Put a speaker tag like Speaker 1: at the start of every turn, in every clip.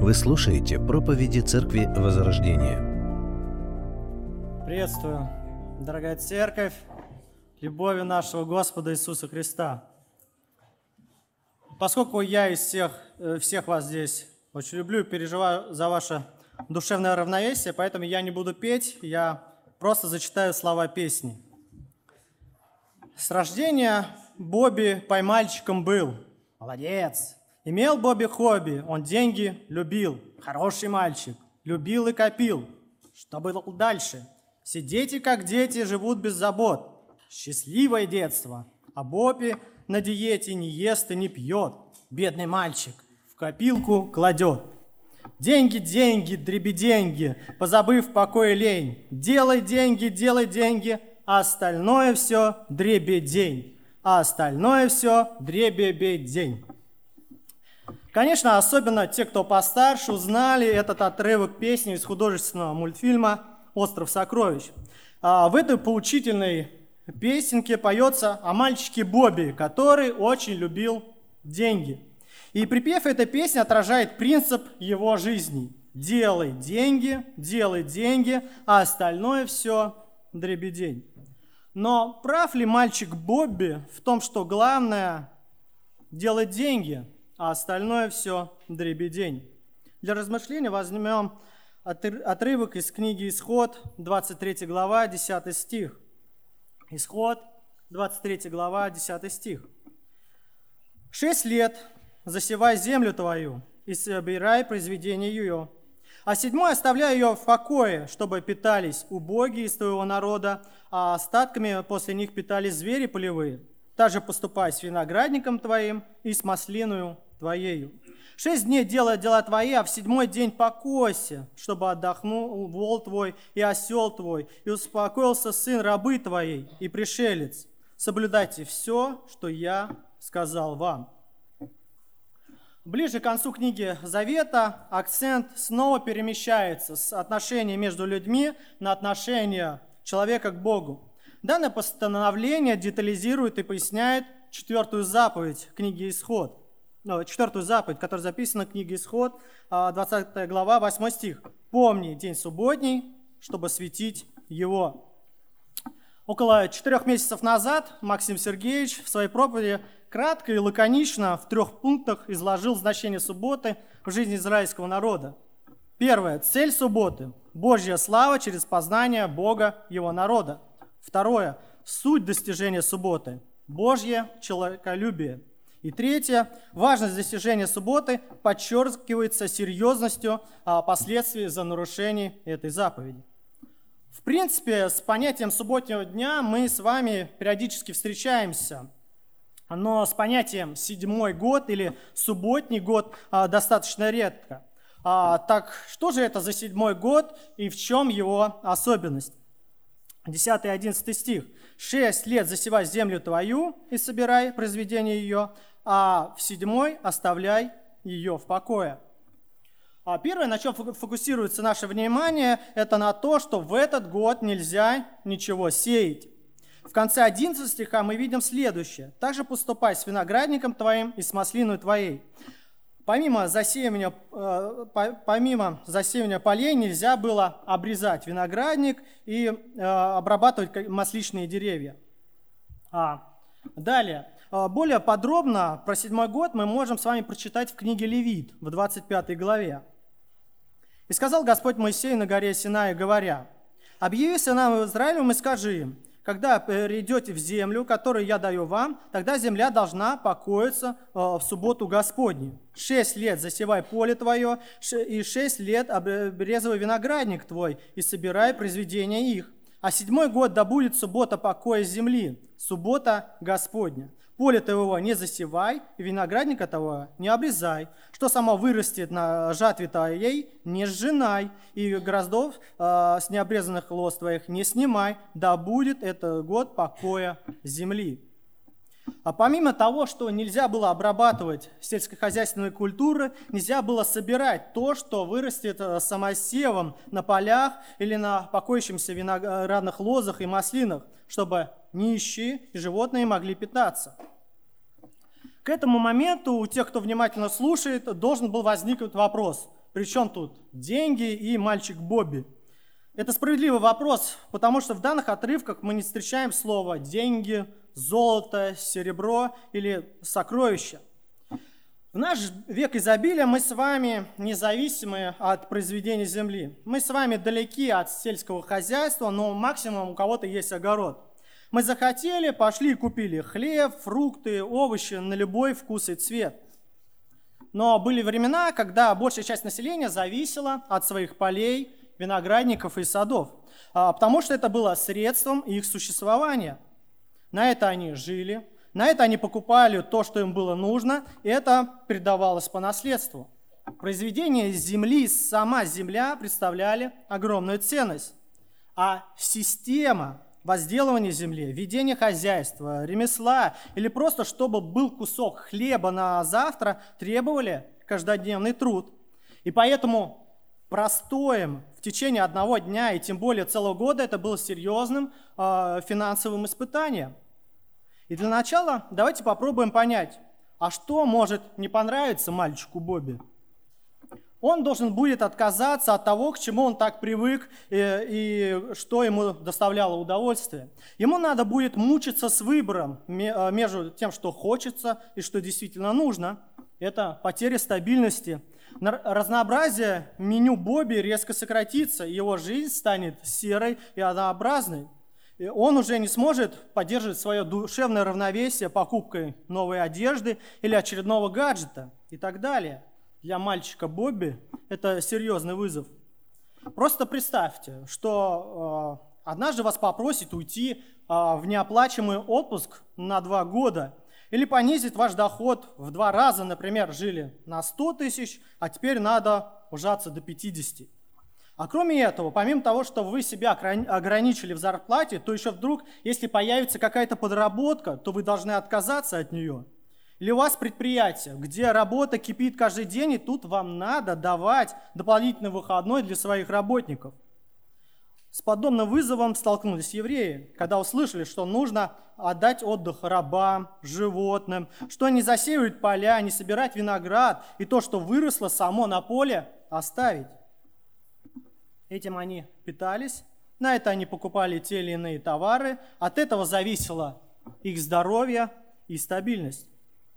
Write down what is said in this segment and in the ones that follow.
Speaker 1: Вы слушаете проповеди Церкви Возрождения.
Speaker 2: Приветствую, дорогая церковь, любовью нашего Господа Иисуса Христа. Поскольку я из всех вас здесь очень люблю и переживаю за ваше душевное равновесие, поэтому я не буду петь, я просто зачитаю слова песни. С рождения Бобби поймальчиком был. Молодец! Имел Бобби хобби, он деньги любил. Хороший мальчик, любил и копил. Что было дальше? Все дети, как дети, живут без забот. Счастливое детство. А Бобби на диете не ест и не пьет. Бедный мальчик в копилку кладет. Деньги, деньги, дребеденьги, позабыв покой и лень. Делай деньги, а остальное все дребедень. А остальное все дребедень. Конечно, особенно те, кто постарше, узнали этот отрывок песни из художественного мультфильма «Остров сокровищ». В этой поучительной песенке поется о мальчике Бобби, который очень любил деньги. И припев этой песни отражает принцип его жизни. Делай деньги, а остальное все дребедень. Но прав ли мальчик Бобби в том, что главное делать деньги, а остальное все дребедень? Для размышления возьмем отрывок из книги «Исход», 23 глава, 10 стих. Исход, 23 глава, 10 стих. «6 лет засевай землю твою и собирай произведение ее, а 7-й оставляй ее в покое, чтобы питались убогие из твоего народа, а остатками после них питались звери полевые. Также поступай с виноградником твоим и с маслиною твоею. 6 дней делай дела твои, а в 7-й день покойся, чтобы отдохнул вол твой и осел твой, и успокоился сын рабы твоей и пришелец. Соблюдайте все, что я сказал вам». Ближе к концу книги Завета акцент снова перемещается с отношений между людьми на отношения человека к Богу. Данное постановление детализирует и поясняет 4-ю заповедь книги Исход. 4-ю заповедь, которая записана в книге Исход, 20 глава, 8 стих. «Помни день субботний, чтобы светить его». Около 4 месяцев назад Максим Сергеевич в своей проповеди кратко и лаконично в 3 пунктах изложил значение субботы в жизни израильского народа. Первое. Цель субботы – Божья слава через познание Бога, его народа. Второе. Суть достижения субботы – Божье человеколюбие. И третье. Важность достижения субботы подчеркивается серьезностью последствий за нарушение этой заповеди. В принципе, с понятием субботнего дня мы с вами периодически встречаемся, но с понятием «седьмой год» или «субботний год» достаточно редко. Так что же это за 7-й год и в чем его особенность? 10 и 11 стих. «6 лет засевай землю твою и собирай произведение ее, а в 7-й оставляй ее в покое». Первое, на чем фокусируется наше внимание, это на то, что в этот год нельзя ничего сеять. В конце 11 стиха мы видим следующее. «Также поступай с виноградником твоим и с маслиной твоей». Помимо засеивания полей нельзя было обрезать виноградник и обрабатывать масличные деревья. Далее. Более подробно про 7-й год мы можем с вами прочитать в книге Левит в 25 главе. «И сказал Господь Моисею на горе Синай, говоря: объяви сынам Израилевым и скажи им: когда придете в землю, которую я даю вам, тогда земля должна покоиться в субботу Господню. 6 лет засевай поле твое, и 6 лет обрезывай виноградник твой, и собирай произведения их. А 7-й год да будет суббота покоя земли, суббота Господня. Поле твоего не засевай, и виноградника того не обрезай. Что само вырастет на жатве твоей, не сжинай, и гроздов с необрезанных лоз твоих не снимай, да будет этот год покоя земли». А помимо того, что нельзя было обрабатывать сельскохозяйственные культуры, нельзя было собирать то, что вырастет самосевом на полях или на покоящихся виноградных лозах и маслинах, чтобы нищие и животные могли питаться. К этому моменту у тех, кто внимательно слушает, должен был возникнуть вопрос: Причем тут деньги и мальчик Бобби? Это справедливый вопрос, потому что в данных отрывках мы не встречаем слово «деньги», «золото», «серебро» или «сокровища». В наш век изобилия мы с вами независимы от произведений земли. Мы с вами далеки от сельского хозяйства, но максимум у кого-то есть огород. Мы захотели, пошли и купили хлеб, фрукты, овощи на любой вкус и цвет. Но были времена, когда большая часть населения зависела от своих полей, виноградников и садов, потому что это было средством их существования. На это они жили. На это они покупали то, что им было нужно, и это передавалось по наследству. Произведения земли, сама земля представляли огромную ценность. А система возделывания земли, ведения хозяйства, ремесла или просто чтобы был кусок хлеба на завтра требовали каждодневный труд. И поэтому простоем в течение одного дня и тем более целого года это было серьезным финансовым испытанием. И для начала давайте попробуем понять, а что может не понравиться мальчику Бобби? Он должен будет отказаться от того, к чему он так привык и что ему доставляло удовольствие. Ему надо будет мучиться с выбором между тем, что хочется и что действительно нужно. Это потеря стабильности. Разнообразие меню Бобби резко сократится, его жизнь станет серой и однообразной. Он уже не сможет поддерживать свое душевное равновесие покупкой новой одежды или очередного гаджета и так далее. Для мальчика Бобби это серьезный вызов. Просто представьте, что однажды вас попросят уйти в неоплачиваемый отпуск на 2 года или понизить ваш доход в 2 раза, например, жили на 100 тысяч, а теперь надо ужаться до 50. А кроме этого, помимо того, что вы себя ограничили в зарплате, то еще вдруг, если появится какая-то подработка, то вы должны отказаться от нее. Или у вас предприятие, где работа кипит каждый день, и тут вам надо давать дополнительный выходной для своих работников. С подобным вызовом столкнулись евреи, когда услышали, что нужно отдать отдых рабам, животным, что не засеивать поля, не собирать виноград, и то, что выросло само на поле, оставить. Этим они питались, на это они покупали те или иные товары, от этого зависело их здоровье и стабильность.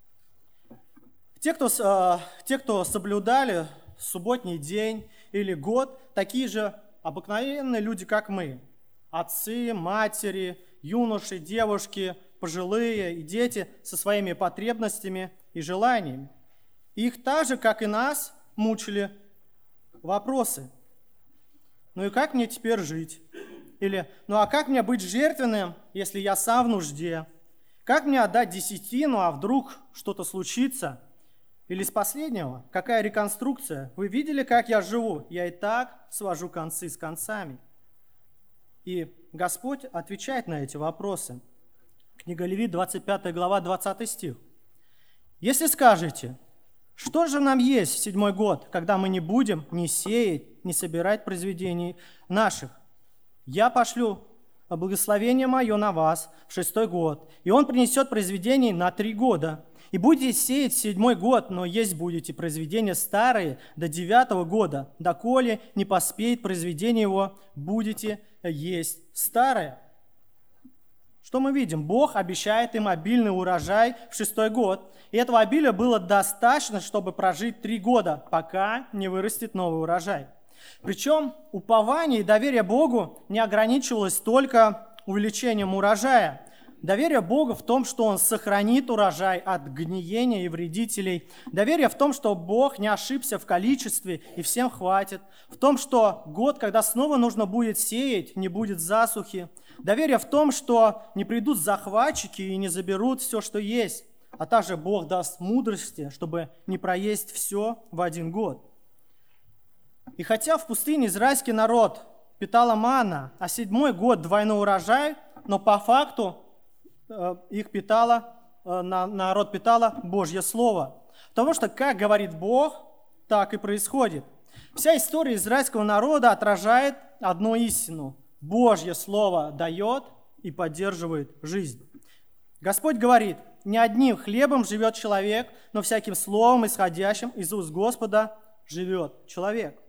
Speaker 2: Те, кто соблюдали субботний день или год, такие же обыкновенные люди, как мы. Отцы, матери, юноши, девушки, пожилые и дети со своими потребностями и желаниями. Их так же, как и нас, мучили вопросы. Ну и как мне теперь жить? Или, ну а как мне быть жертвенным, если я сам в нужде? Как мне отдать десятину, а вдруг что-то случится? Или с последнего, какая реконструкция? Вы видели, как я живу? Я и так свожу концы с концами. И Господь отвечает на эти вопросы. Книга Левит, 25 глава, 20 стих. Если скажете, что же нам есть в 7-й год, когда мы не будем ни сеять, ни собирать произведений наших? Я пошлю благословение мое на вас в 6-й год, и он принесет произведений на 3 года. И будете сеять в 7-й год, но есть будете произведения старые до 9-го года, доколе не поспеет произведение его, будете есть старое. Что мы видим? Бог обещает им обильный урожай в 6-й год. И этого обилия было достаточно, чтобы прожить 3 года, пока не вырастет новый урожай. Причем упование и доверие Богу не ограничивалось только увеличением урожая. Доверие Богу в том, что Он сохранит урожай от гниения и вредителей. Доверие в том, что Бог не ошибся в количестве и всем хватит. В том, что год, когда снова нужно будет сеять, не будет засухи. Доверие в том, что не придут захватчики и не заберут все, что есть. А также Бог даст мудрости, чтобы не проесть все в 1 год. И хотя в пустыне израильский народ питала манна, а 7-й год двойной урожай, но по факту их народ питало Божье Слово. Потому что, как говорит Бог, так и происходит. Вся история израильского народа отражает одну истину. Божье Слово дает и поддерживает жизнь. Господь говорит, не одним хлебом живет человек, но всяким словом, исходящим из уст Господа, живет человек.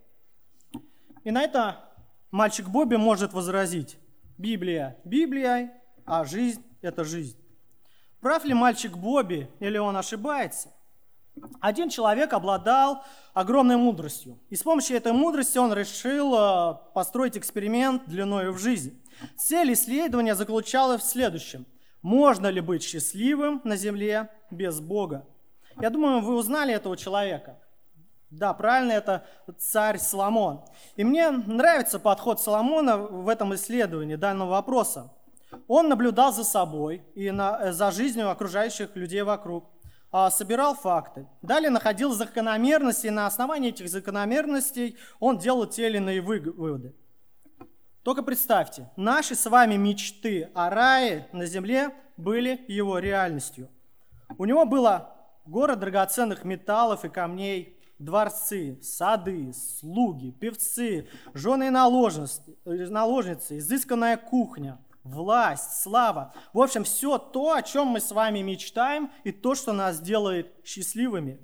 Speaker 2: И на это мальчик Бобби может возразить: Библия Библией, а жизнь – это жизнь. Прав ли мальчик Бобби или он ошибается? Один человек обладал огромной мудростью, и с помощью этой мудрости он решил построить эксперимент длиною в жизнь. Цель исследования заключалась в следующем: можно ли быть счастливым на земле без Бога? Я думаю, вы узнали этого человека. Да, правильно, это царь Соломон. И мне нравится подход Соломона в этом исследовании данного вопроса. Он наблюдал за собой и за жизнью окружающих людей вокруг, собирал факты. Далее находил закономерности, и на основании этих закономерностей он делал те или иные выводы. Только представьте, наши с вами мечты о рае на земле были его реальностью. У него было гора драгоценных металлов и камней, дворцы, сады, слуги, певцы, жены и наложницы, изысканная кухня, власть, слава. В общем, все то, о чем мы с вами мечтаем, и то, что нас делает счастливыми.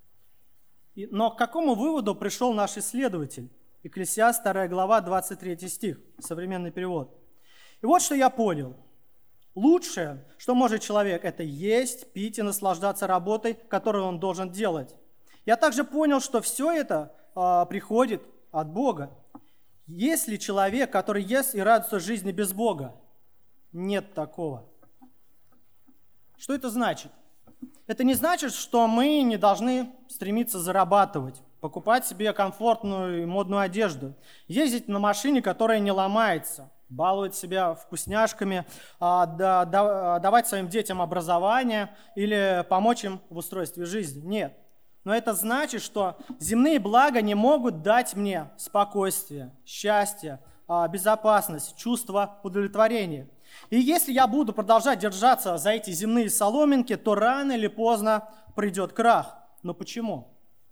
Speaker 2: Но к какому выводу пришел наш исследователь? Екклесиаст, 2 глава, 23 стих, современный перевод. И вот что я понял. Лучшее, что может человек, это есть, пить и наслаждаться работой, которую он должен делать. Я также понял, что все это приходит от Бога. Есть ли человек, который ест и радуется жизни без Бога? Нет такого. Что это значит? Это не значит, что мы не должны стремиться зарабатывать, покупать себе комфортную и модную одежду, ездить на машине, которая не ломается, баловать себя вкусняшками, давать своим детям образование или помочь им в устройстве жизни. Нет. Но это значит, что земные блага не могут дать мне спокойствие, счастье, безопасность, чувство удовлетворения. И если я буду продолжать держаться за эти земные соломинки, то рано или поздно придет крах. Но почему?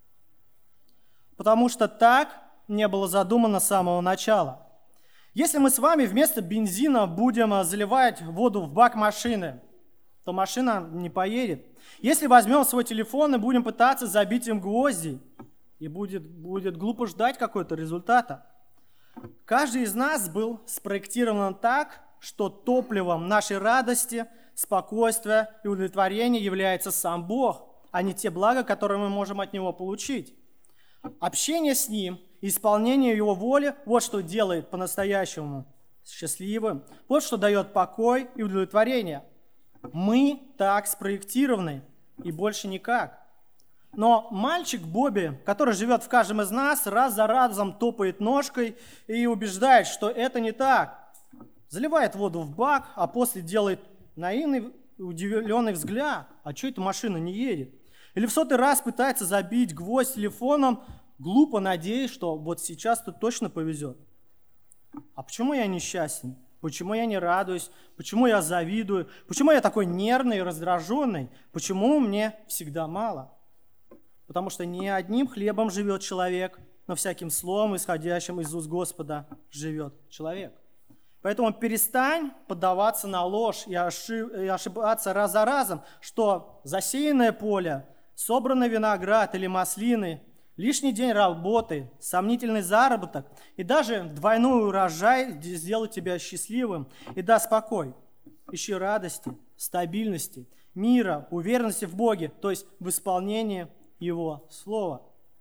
Speaker 2: Потому что так не было задумано с самого начала. Если мы с вами вместо бензина будем заливать воду в бак машины, то машина не поедет. Если возьмем свой телефон и будем пытаться забить им гвозди, и будет глупо ждать какого-то результата. Каждый из нас был спроектирован так, что топливом нашей радости, спокойствия и удовлетворения является сам Бог, а не те блага, которые мы можем от Него получить. Общение с Ним, исполнение Его воли – вот что делает по-настоящему счастливым, вот что дает покой и удовлетворение. Мы так спроектированы, и больше никак. Но мальчик Бобби, который живет в каждом из нас, раз за разом топает ножкой и убеждает, что это не так. Заливает воду в бак, а после делает наивный, удивленный взгляд. А что эта машина не едет? Или в 100-й раз пытается забить гвоздь телефоном, глупо надеясь, что вот сейчас-то точно повезет. А почему я несчастен? Почему я не радуюсь? Почему я завидую? Почему я такой нервный и раздраженный? Почему мне всегда мало? Потому что не одним хлебом живет человек, но всяким словом, исходящим из уст Господа, живет человек. Поэтому перестань поддаваться на ложь и ошибаться раз за разом, что засеянное поле, собранный виноград или маслины, лишний день работы, сомнительный заработок и даже двойной урожай сделают тебя счастливым и даст покой. Ищи радости, стабильности, мира, уверенности в Боге, то есть в исполнении Его Слова.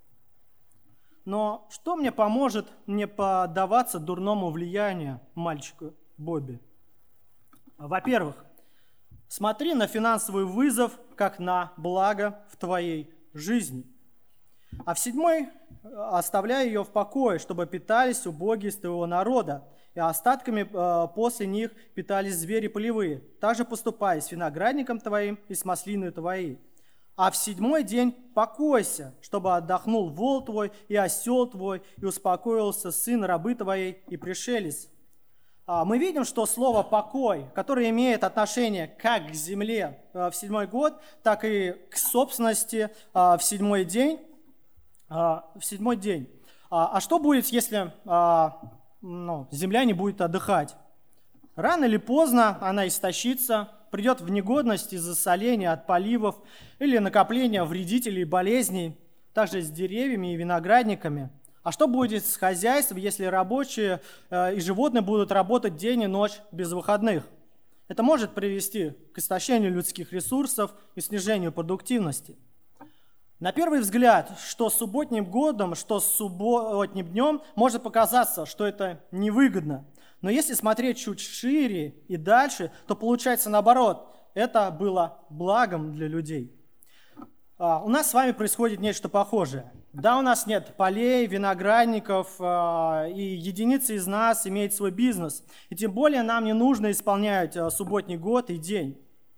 Speaker 2: Но что мне поможет не поддаваться дурному влиянию мальчика Бобби? Во-первых, смотри на финансовый вызов как на благо в твоей жизни. А в 7-й оставляй ее в покое, чтобы питались убогие из твоего народа, и остатками после них питались звери полевые. Также поступай с виноградником твоим и с маслиной твоей. А в 7-й день покойся, чтобы отдохнул вол твой и осел твой, и успокоился сын рабы твоей и пришелец. Мы видим, что слово «покой», которое имеет отношение как к земле в 7-й год, так и к собственности в 7-й день. А что будет, если земля не будет отдыхать? Рано или поздно она истощится, придет в негодность из-за соления от поливов или накопления вредителей и болезней. также с деревьями и виноградниками. А что будет с хозяйством, если рабочие и животные будут работать день и ночь без выходных? Это может привести к истощению людских ресурсов и снижению продуктивности. На первый взгляд, что с субботним годом, что с субботним днем, может показаться, что это невыгодно. Но если смотреть чуть шире и дальше, то получается наоборот. Это было благом для людей. У нас с вами происходит нечто похожее. Да, у нас нет полей, виноградников, и единицы из нас имеют свой бизнес. И тем более нам не нужно исполнять субботний год и день.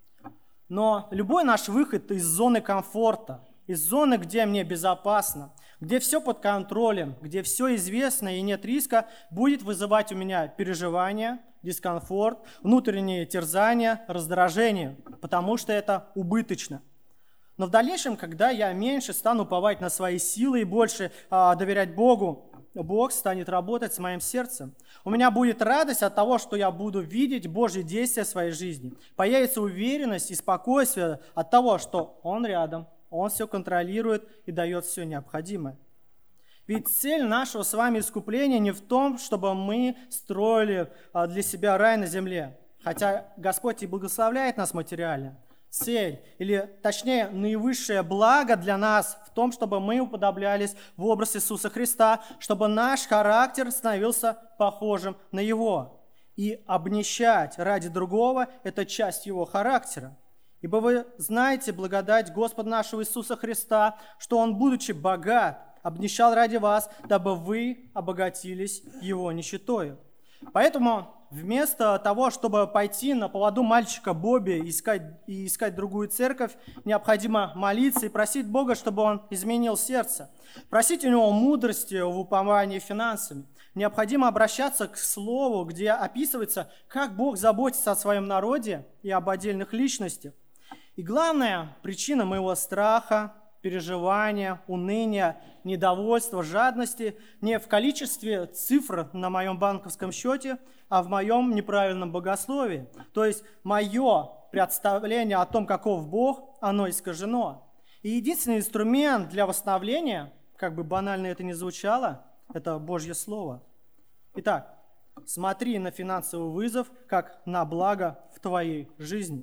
Speaker 2: Но любой наш выход из зоны комфорта, из зоны, где мне безопасно, где все под контролем, где все известно и нет риска, будет вызывать у меня переживания, дискомфорт, внутренние терзания, раздражение, потому что это убыточно. Но в дальнейшем, когда я меньше стану уповать на свои силы и больше доверять Богу, Бог станет работать с моим сердцем. У меня будет радость от того, что я буду видеть Божьи действия в своей жизни. Появится уверенность и спокойствие от того, что Он рядом, Он все контролирует и дает все необходимое. Ведь цель нашего с вами искупления не в том, чтобы мы строили для себя рай на земле, хотя Господь и благословляет нас материально. Цель, или точнее наивысшее благо для нас в том, чтобы мы уподоблялись в образ Иисуса Христа, чтобы наш характер становился похожим на Его. И обнищать ради другого – это часть Его характера. Ибо вы знаете благодать Господа нашего Иисуса Христа, что Он, будучи богат, обнищал ради вас, дабы вы обогатились Его нищетою. Поэтому вместо того, чтобы пойти на поводу мальчика Бобби и искать другую церковь, необходимо молиться и просить Бога, чтобы Он изменил сердце. Просить у Него мудрости в уповании финансами. Необходимо обращаться к Слову, где описывается, как Бог заботится о своем народе и об отдельных личностях. И главная причина моего страха, переживания, уныния, недовольства, жадности не в количестве цифр на моем банковском счете, а в моем неправильном богословии. То есть мое представление о том, каков Бог, оно искажено. И единственный инструмент для восстановления, как бы банально это ни звучало, это Божье Слово. Итак, смотри на финансовый вызов как на благо в твоей жизни.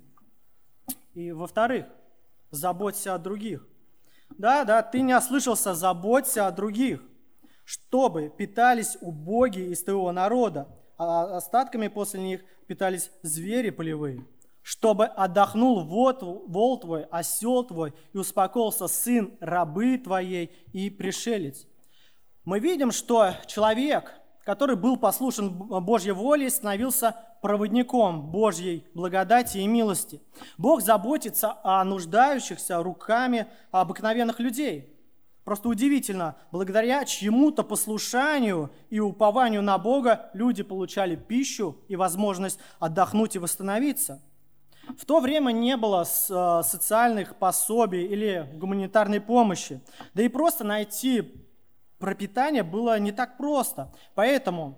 Speaker 2: И во-вторых, заботься о других. Да, ты не ослышался, заботься о других, чтобы питались убогие из твоего народа, а остатками после них питались звери полевые, чтобы отдохнул вол твой, осел твой, и успокоился сын рабы твоей и пришелец. Мы видим, что человек, который был послушен Божьей воле, становился проводником Божьей благодати и милости. Бог заботится о нуждающихся руками обыкновенных людей. Просто удивительно, благодаря чьему-то послушанию и упованию на Бога люди получали пищу и возможность отдохнуть и восстановиться. В то время не было социальных пособий или гуманитарной помощи, да и просто найти пропитание было не так просто. Поэтому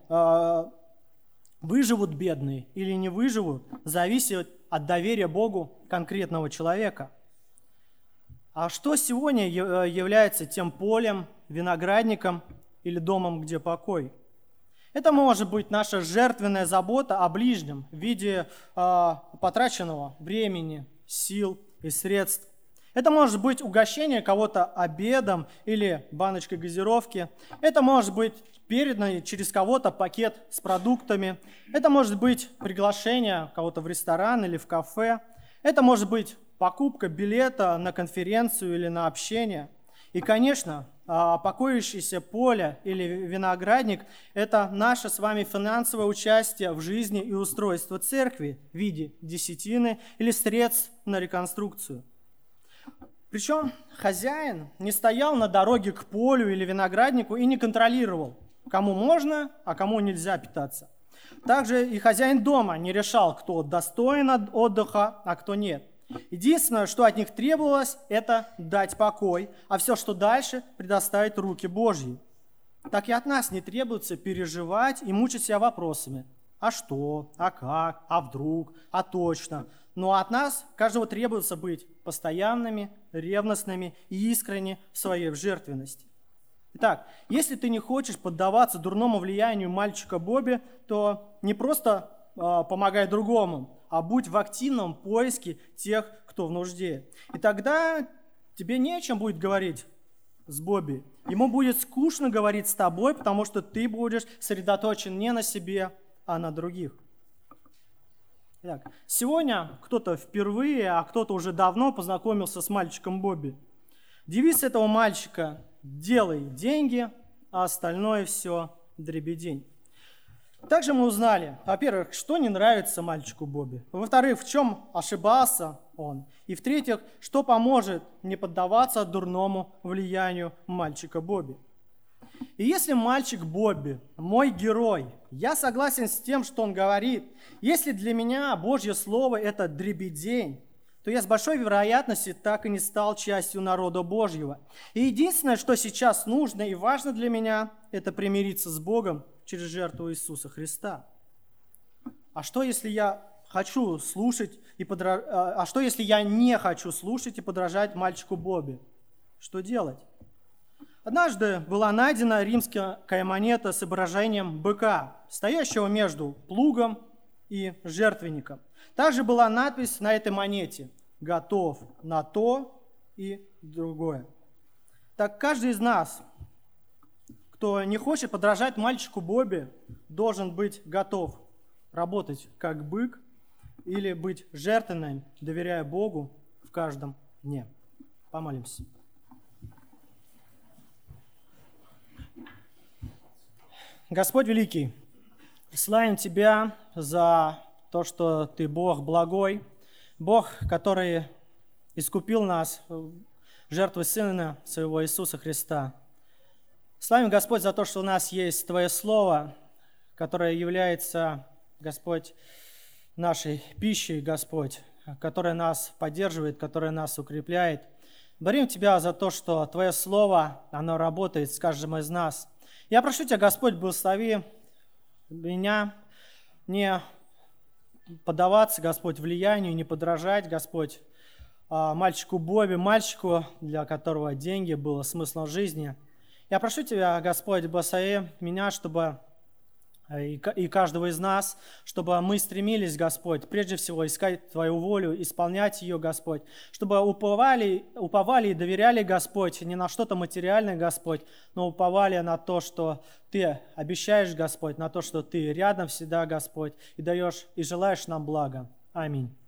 Speaker 2: выживут бедные или не выживут, зависит от доверия Богу конкретного человека. А что сегодня является тем полем, виноградником или домом, где покой? Это может быть наша жертвенная забота о ближнем в виде потраченного времени, сил и средств. Это может быть угощение кого-то обедом или баночкой газировки. Это может быть переданный через кого-то пакет с продуктами. Это может быть приглашение кого-то в ресторан или в кафе. Это может быть покупка билета на конференцию или на общение. И, конечно, покоящееся поле или виноградник – это наше с вами финансовое участие в жизни и устройство церкви в виде десятины или средств на реконструкцию. Причем хозяин не стоял на дороге к полю или винограднику и не контролировал, кому можно, а кому нельзя питаться. Также и хозяин дома не решал, кто достоин отдыха, а кто нет. Единственное, что от них требовалось, это дать покой, а все, что дальше, предоставить в руки Божьи. Так и от нас не требуется переживать и мучить себя вопросами. А что? А как? А вдруг? А точно? Но от нас каждого требуется быть постоянными, ревностными и искренне в своей жертвенности. Итак, если ты не хочешь поддаваться дурному влиянию мальчика Бобби, то не просто помогай другому, а будь в активном поиске тех, кто в нужде. И тогда тебе не о чем будет говорить с Бобби. Ему будет скучно говорить с тобой, потому что ты будешь сосредоточен не на себе, а на других. Итак, сегодня кто-то впервые, а кто-то уже давно познакомился с мальчиком Бобби. Девиз этого мальчика – делай деньги, а остальное все дребедень. Также мы узнали, во-первых, что не нравится мальчику Бобби. Во-вторых, в чем ошибался он. И в-третьих, что поможет не поддаваться дурному влиянию мальчика Бобби. И если мальчик Бобби мой герой, я согласен с тем, что он говорит. Если для меня Божье Слово – это дребедень, то я с большой вероятностью так и не стал частью народа Божьего. И единственное, что сейчас нужно и важно для меня, это примириться с Богом через жертву Иисуса Христа. А что, если я хочу слушать а что, если я не хочу слушать и подражать мальчику Бобби? Что делать? Однажды была найдена римская монета с изображением быка, стоящего между плугом и жертвенником. Также была надпись на этой монете: «Готов на то и другое». Так каждый из нас, кто не хочет подражать мальчику Бобби, должен быть готов работать как бык или быть жертвенным, доверяя Богу в каждом дне. Помолимся. Господь великий, славим Тебя за то, что Ты Бог благой, Бог, который искупил нас жертвой Сына Своего Иисуса Христа. Славим, Господь, за то, что у нас есть Твое Слово, которое является, Господь, нашей пищей, Господь, которое нас поддерживает, которое нас укрепляет. Благодарим Тебя за то, что Твое Слово, оно работает с каждым из нас. Я прошу Тебя, Господь, благослови меня не поддаваться, Господь, влиянию, не подражать, Господь, мальчику Бобби, мальчику, для которого деньги было смыслом жизни. Я прошу Тебя, Господь, благослови меня, чтобы и каждого из нас, чтобы мы стремились, Господь, прежде всего искать Твою волю, исполнять ее, Господь, чтобы уповали и доверяли, Господь, не на что-то материальное, Господь, но уповали на то, что Ты обещаешь, Господь, на то, что Ты рядом всегда, Господь, и даешь, и желаешь нам блага. Аминь.